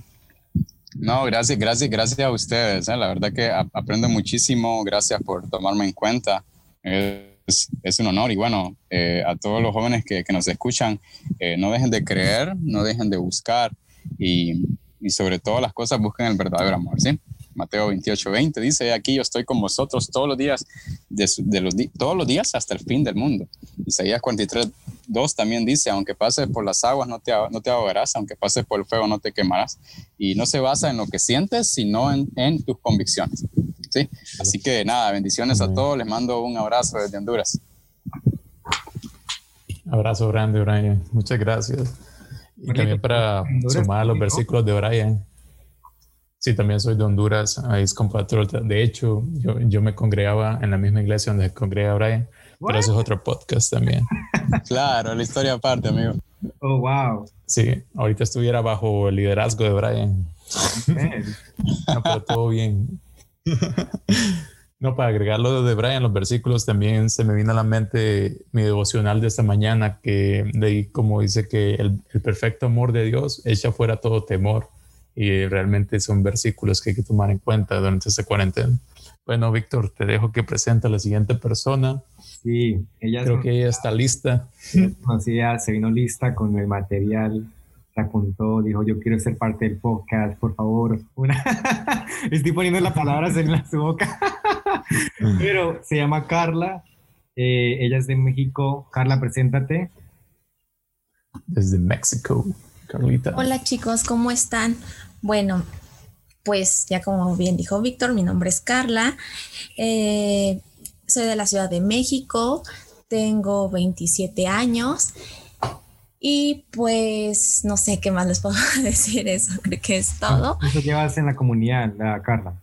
No, gracias a ustedes. La verdad que aprendo muchísimo. Gracias por tomarme en cuenta. Es un honor. Y bueno, a todos los jóvenes que nos escuchan, no dejen de creer, no dejen de buscar y sobre todas las cosas busquen el verdadero amor, ¿sí? Mateo 28:20 dice, aquí yo estoy con vosotros todos los días, todos los días hasta el fin del mundo. Isaías 43:2 también dice, aunque pases por las aguas no te ahogarás, aunque pases por el fuego no te quemarás. Y no se basa en lo que sientes, sino en tus convicciones, ¿sí? Así que nada, bendiciones a todos, les mando un abrazo desde Honduras. Abrazo grande, Brian. Muchas gracias. Y también para sumar a los versículos de Brian. Sí, también soy de Honduras, ahí es compatriota. De hecho, yo me congregaba en la misma iglesia donde se congrega Brian, pero eso es otro podcast también. Claro, la historia aparte, amigo. Oh, wow. Sí, ahorita estuviera bajo el liderazgo de Brian. No, pero todo bien. No, para agregar lo de Brian, los versículos, también se me vino a la mente mi devocional de esta mañana, que leí como dice que el perfecto amor de Dios echa fuera todo temor. Y realmente son versículos que hay que tomar en cuenta durante esta cuarentena. Bueno, Víctor, te dejo que presente a la siguiente persona. Sí, creo que ella está lista. Conocida, se vino lista con el material, se apuntó, dijo, yo quiero ser parte del podcast, por favor. Estoy poniendo las palabras en su boca. Pero se llama Carla, ella es de México. Carla, preséntate. Desde México, Carlita. Hola chicos, ¿cómo están? Bueno, pues ya como bien dijo Víctor, mi nombre es Carla. Soy de la Ciudad de México, tengo 27 años y pues no sé qué más les puedo decir, eso creo que es todo. ¿Eso llevas en la comunidad, Carla?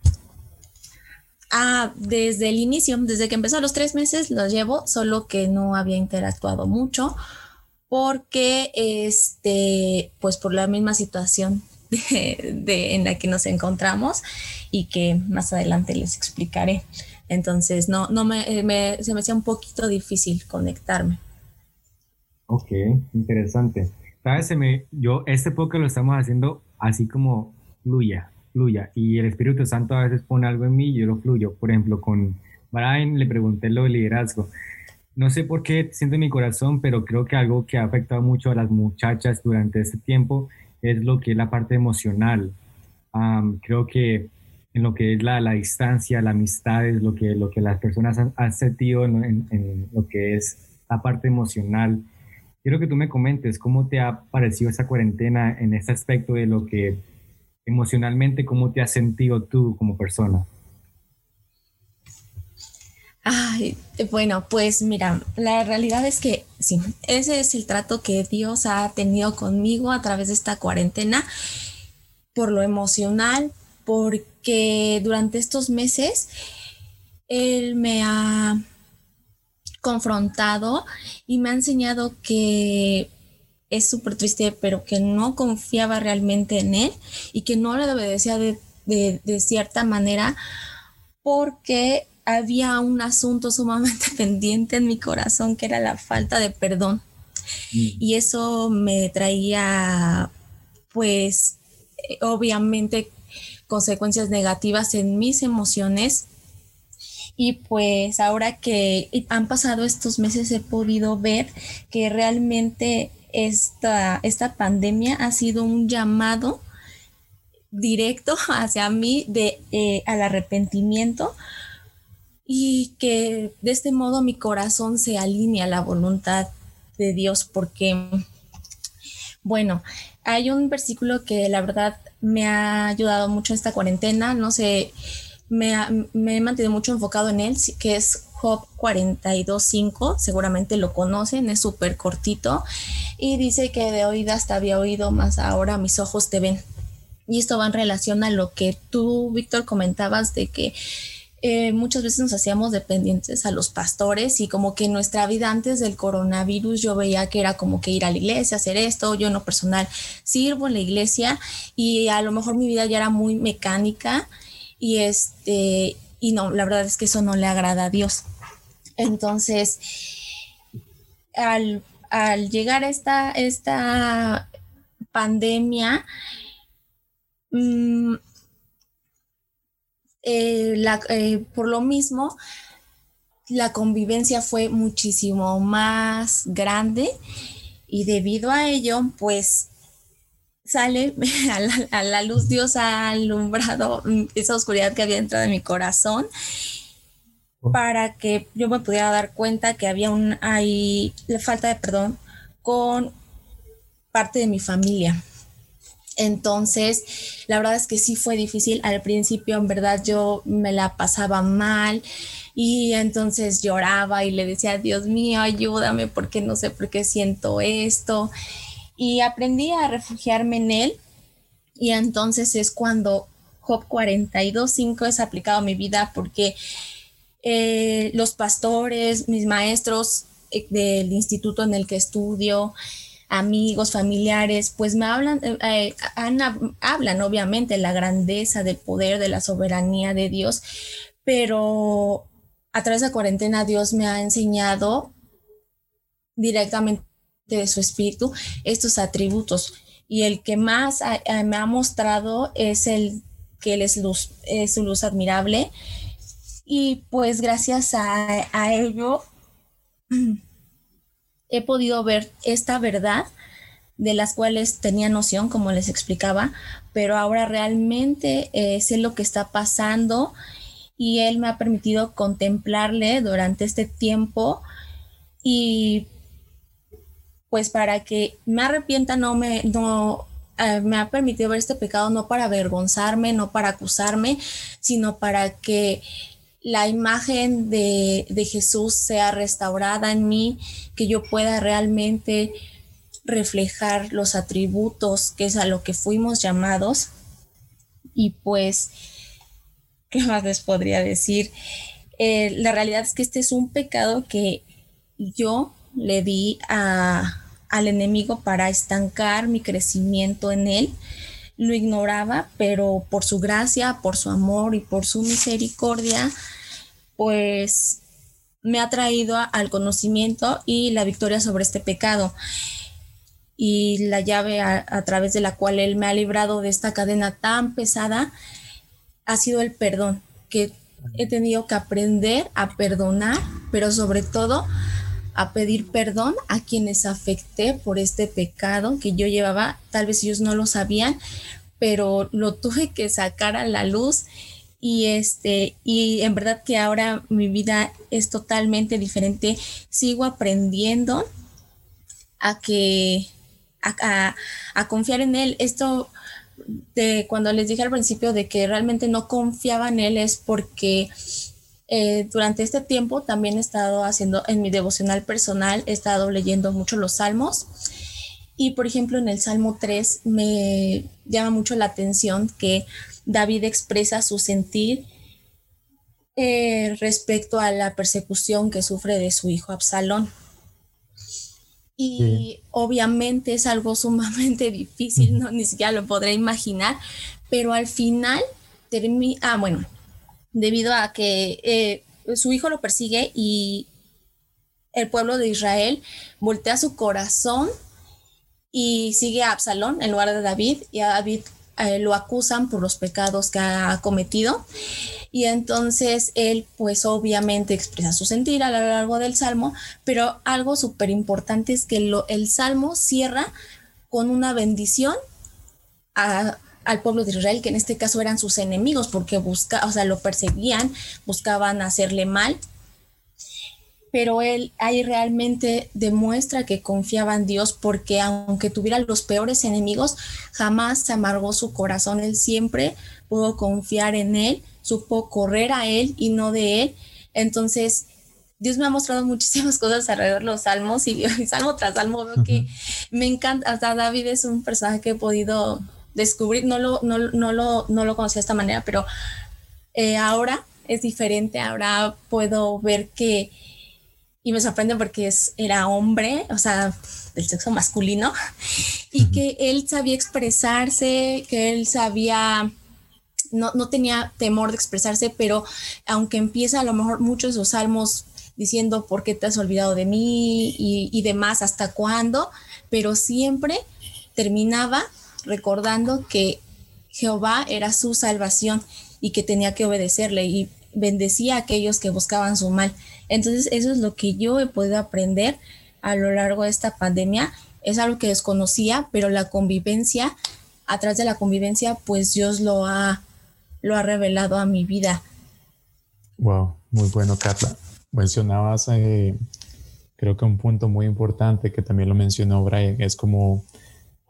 Desde el inicio, desde que empezó a los 3 meses lo llevo, solo que no había interactuado mucho porque pues por la misma situación en la que nos encontramos y que más adelante les explicaré. Entonces se me hacía un poquito difícil conectarme. Ok, interesante. ¿Sabes? Este podcast lo estamos haciendo así como fluya. Y el Espíritu Santo a veces pone algo en mí y yo lo fluyo. Por ejemplo, con Brian le pregunté lo del liderazgo. No sé por qué siento en mi corazón, pero creo que algo que ha afectado mucho a las muchachas durante este tiempo es lo que es la parte emocional. Creo que en lo que es la distancia, la amistad, es lo que las personas han sentido en lo que es la parte emocional. Quiero que tú me comentes cómo te ha parecido esa cuarentena en este aspecto de lo que emocionalmente, cómo te has sentido tú como persona. Bueno, pues mira, la realidad es que sí, ese es el trato que Dios ha tenido conmigo a través de esta cuarentena, por lo emocional, porque durante estos meses Él me ha confrontado y me ha enseñado que es súper triste, pero que no confiaba realmente en Él y que no le obedecía de cierta manera, porque había un asunto sumamente pendiente en mi corazón, que era la falta de perdón. Y eso me traía, pues, obviamente, consecuencias negativas en mis emociones. Y pues ahora que han pasado estos meses he podido ver que realmente esta pandemia ha sido un llamado directo hacia mí al arrepentimiento, y que de este modo mi corazón se alinea a la voluntad de Dios, porque, bueno, hay un versículo que la verdad me ha ayudado mucho esta cuarentena, no sé, me he mantenido mucho enfocado en él, que es Job 42:5, seguramente lo conocen, es súper cortito, y dice que de oídas te había oído, mas ahora mis ojos te ven. Y esto va en relación a lo que tú, Víctor, comentabas de que muchas veces nos hacíamos dependientes a los pastores, y como que nuestra vida antes del coronavirus yo veía que era como que ir a la iglesia, hacer esto. Yo en lo personal sirvo en la iglesia y a lo mejor mi vida ya era muy mecánica y no, la verdad es que eso no le agrada a Dios. Entonces, al llegar esta pandemia, por lo mismo, la convivencia fue muchísimo más grande, y debido a ello, pues sale a la luz. Dios ha alumbrado esa oscuridad que había dentro de mi corazón, para que yo me pudiera dar cuenta que había la falta de perdón con parte de mi familia. Entonces, la verdad es que sí fue difícil. Al principio, en verdad, yo me la pasaba mal y entonces lloraba y le decía, Dios mío, ayúdame porque no sé por qué siento esto. Y aprendí a refugiarme en él y entonces es cuando Job 42:5 es aplicado a mi vida porque los pastores, mis maestros del instituto en el que estudio, amigos, familiares, pues me hablan, hablan obviamente la grandeza del poder, de la soberanía de Dios, pero a través de la cuarentena Dios me ha enseñado directamente de su espíritu estos atributos y el que más me ha mostrado es el que Él es luz, es su luz admirable y pues gracias a ello he podido ver esta verdad de las cuales tenía noción, como les explicaba, pero ahora realmente sé lo que está pasando y Él me ha permitido contemplarle durante este tiempo y pues para que me arrepienta me ha permitido ver este pecado no para avergonzarme, no para acusarme, sino para que la imagen de Jesús sea restaurada en mí, que yo pueda realmente reflejar los atributos que es a lo que fuimos llamados. Y pues, ¿qué más les podría decir? La realidad es que este es un pecado que yo le di al enemigo para estancar mi crecimiento en él. Lo ignoraba, pero por su gracia, por su amor y por su misericordia, pues me ha traído al conocimiento y la victoria sobre este pecado. Y la llave a través de la cual Él me ha librado de esta cadena tan pesada ha sido el perdón, que he tenido que aprender a perdonar, pero sobre todo a pedir perdón a quienes afecté por este pecado que yo llevaba. Tal vez ellos no lo sabían, pero lo tuve que sacar a la luz y en verdad que ahora mi vida es totalmente diferente. Sigo aprendiendo a confiar en Él. Esto de cuando les dije al principio de que realmente no confiaba en Él es porque durante este tiempo también he estado haciendo en mi devocional personal, he estado leyendo mucho los salmos y por ejemplo en el Salmo 3 me llama mucho la atención que David expresa su sentir respecto a la persecución que sufre de su hijo Absalón. Y obviamente es algo sumamente difícil, ¿no? Ni siquiera lo podré imaginar, pero al final debido a que su hijo lo persigue y el pueblo de Israel voltea su corazón y sigue a Absalón en lugar de David, y a David lo acusan por los pecados que ha cometido, y entonces él pues obviamente expresa su sentir a lo largo del Salmo, pero algo súper importante es que el Salmo cierra con una bendición al pueblo de Israel, que en este caso eran sus enemigos, porque lo perseguían, buscaban hacerle mal, pero él ahí realmente demuestra que confiaba en Dios, porque aunque tuviera los peores enemigos, jamás se amargó su corazón. Él siempre pudo confiar en Él, supo correr a Él y no de Él. Entonces, Dios me ha mostrado muchísimas cosas alrededor de los salmos y salmo tras salmo veo que me encanta. Hasta David es un personaje que he podido descubrir, no lo conocía de esta manera, pero ahora es diferente. Ahora puedo ver que, y me sorprende porque era hombre, o sea, del sexo masculino, y que él sabía expresarse, que él sabía, no tenía temor de expresarse, pero aunque empieza a lo mejor muchos de sus salmos diciendo ¿por qué te has olvidado de mí? Y demás, ¿hasta cuándo? Pero siempre terminaba recordando que Jehová era su salvación y que tenía que obedecerle, y bendecía a aquellos que buscaban su mal. Entonces eso es lo que yo he podido aprender a lo largo de esta pandemia. Es algo que desconocía, pero la convivencia, atrás de la convivencia, pues Dios lo ha revelado a mi vida. Wow, muy bueno, Carla. Mencionabas, creo que un punto muy importante que también lo mencionó Brian, es como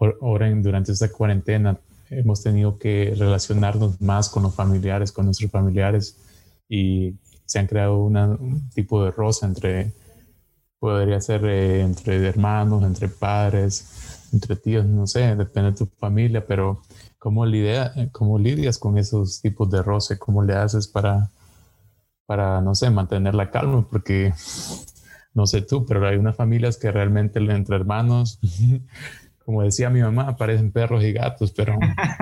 ahora durante esta cuarentena hemos tenido que relacionarnos más con los familiares, con nuestros familiares, y se han creado un tipo de roce podría ser entre hermanos, entre padres, entre tíos, no sé, depende de tu familia, pero ¿cómo lidias con esos tipos de roce? ¿Cómo le haces para, no sé, mantener la calma? Porque, no sé tú, pero hay unas familias que realmente entre hermanos, como decía mi mamá, parecen perros y gatos, pero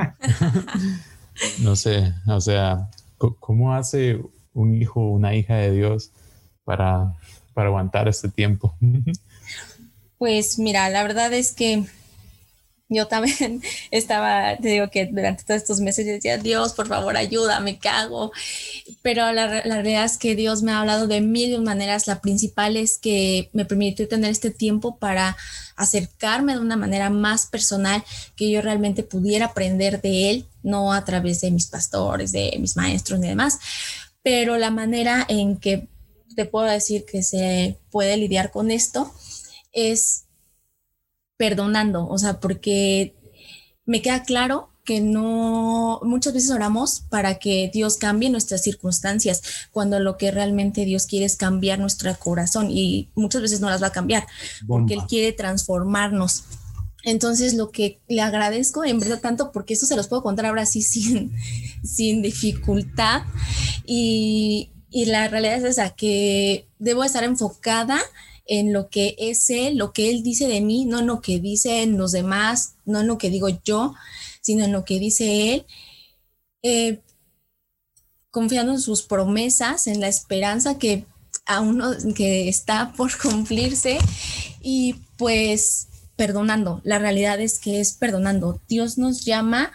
no sé, o sea, ¿cómo hace un hijo o una hija de Dios para aguantar este tiempo? Pues mira, la verdad es que yo también te digo que durante todos estos meses yo decía, Dios, por favor, ayúdame, ¿qué hago? Pero la realidad es que Dios me ha hablado de mil y un maneras. La principal es que me permitió tener este tiempo para acercarme de una manera más personal, que yo realmente pudiera aprender de Él, no a través de mis pastores, de mis maestros ni demás, pero la manera en que te puedo decir que se puede lidiar con esto es perdonando, o sea, porque me queda claro que muchas veces oramos para que Dios cambie nuestras circunstancias, cuando lo que realmente Dios quiere es cambiar nuestro corazón, y muchas veces no las va a cambiar, porque Él quiere transformarnos. Entonces, lo que le agradezco en verdad tanto, porque eso se los puedo contar ahora sí sin dificultad, y la realidad es esa, que debo estar enfocada en lo que es Él, lo que Él dice de mí, no en lo que dicen los demás, no en lo que digo yo, sino en lo que dice Él, confiando en sus promesas, en la esperanza que está por cumplirse, y pues perdonando. La realidad es que es perdonando. Dios nos llama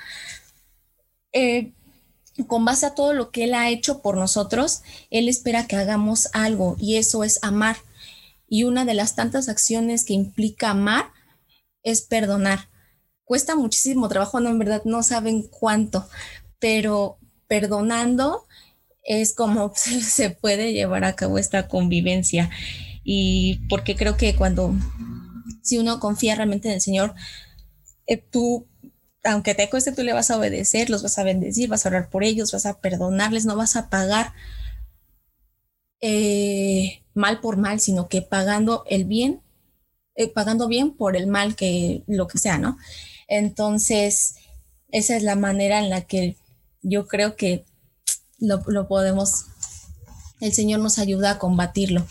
con base a todo lo que Él ha hecho por nosotros. Él espera que hagamos algo, y eso es amar. Y una de las tantas acciones que implica amar es perdonar. Cuesta muchísimo trabajo, no, en verdad no saben cuánto, pero perdonando es como se puede llevar a cabo esta convivencia. Y porque creo que si uno confía realmente en el Señor, tú, aunque te cueste, tú le vas a obedecer, los vas a bendecir, vas a orar por ellos, vas a perdonarles, no vas a pagar mal por mal, sino que pagando bien por el mal, que lo que sea, ¿no? Entonces, esa es la manera en la que yo creo que lo podemos, el Señor nos ayuda a combatirlo.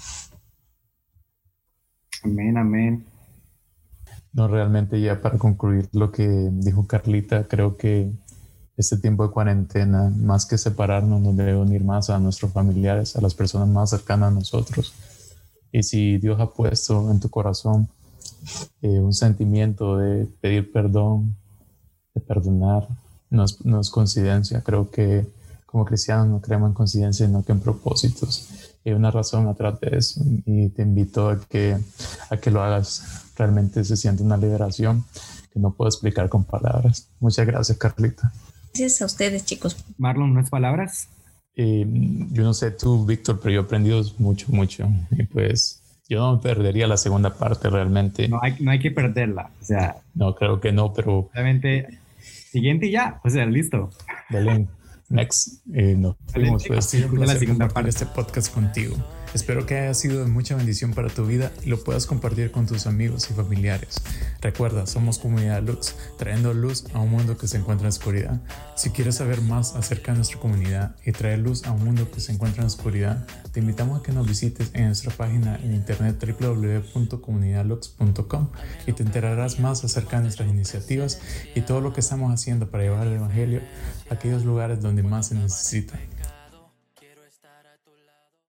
Amén, amén. No, realmente ya para concluir lo que dijo Carlita, creo que este tiempo de cuarentena, más que separarnos, nos debe unir más a nuestros familiares, a las personas más cercanas a nosotros. Y si Dios ha puesto en tu corazón un sentimiento de pedir perdón, de perdonar, no es coincidencia. Creo que como cristianos no creemos en coincidencias, sino que en propósitos. Y hay una razón atrás de eso, y te invito a que lo hagas. Realmente se siente una liberación que no puedo explicar con palabras. Muchas gracias, Carlita. Gracias a ustedes, chicos. Marlon, ¿unas palabras? Yo no sé tú, Víctor, pero yo he aprendido mucho. Y pues yo no me perdería la segunda parte realmente. No hay que perderla. O sea, no, creo que no, pero realmente siguiente y ya. O sea, listo. Belén, next. Nos vemos. Pues, sí, la segunda parte de este podcast contigo. Espero que haya sido de mucha bendición para tu vida y lo puedas compartir con tus amigos y familiares. Recuerda, somos Comunidad Lux, trayendo luz a un mundo que se encuentra en oscuridad. Si quieres saber más acerca de nuestra comunidad y traer luz a un mundo que se encuentra en oscuridad, te invitamos a que nos visites en nuestra página en internet www.comunidadlux.com y te enterarás más acerca de nuestras iniciativas y todo lo que estamos haciendo para llevar el Evangelio a aquellos lugares donde más se necesita.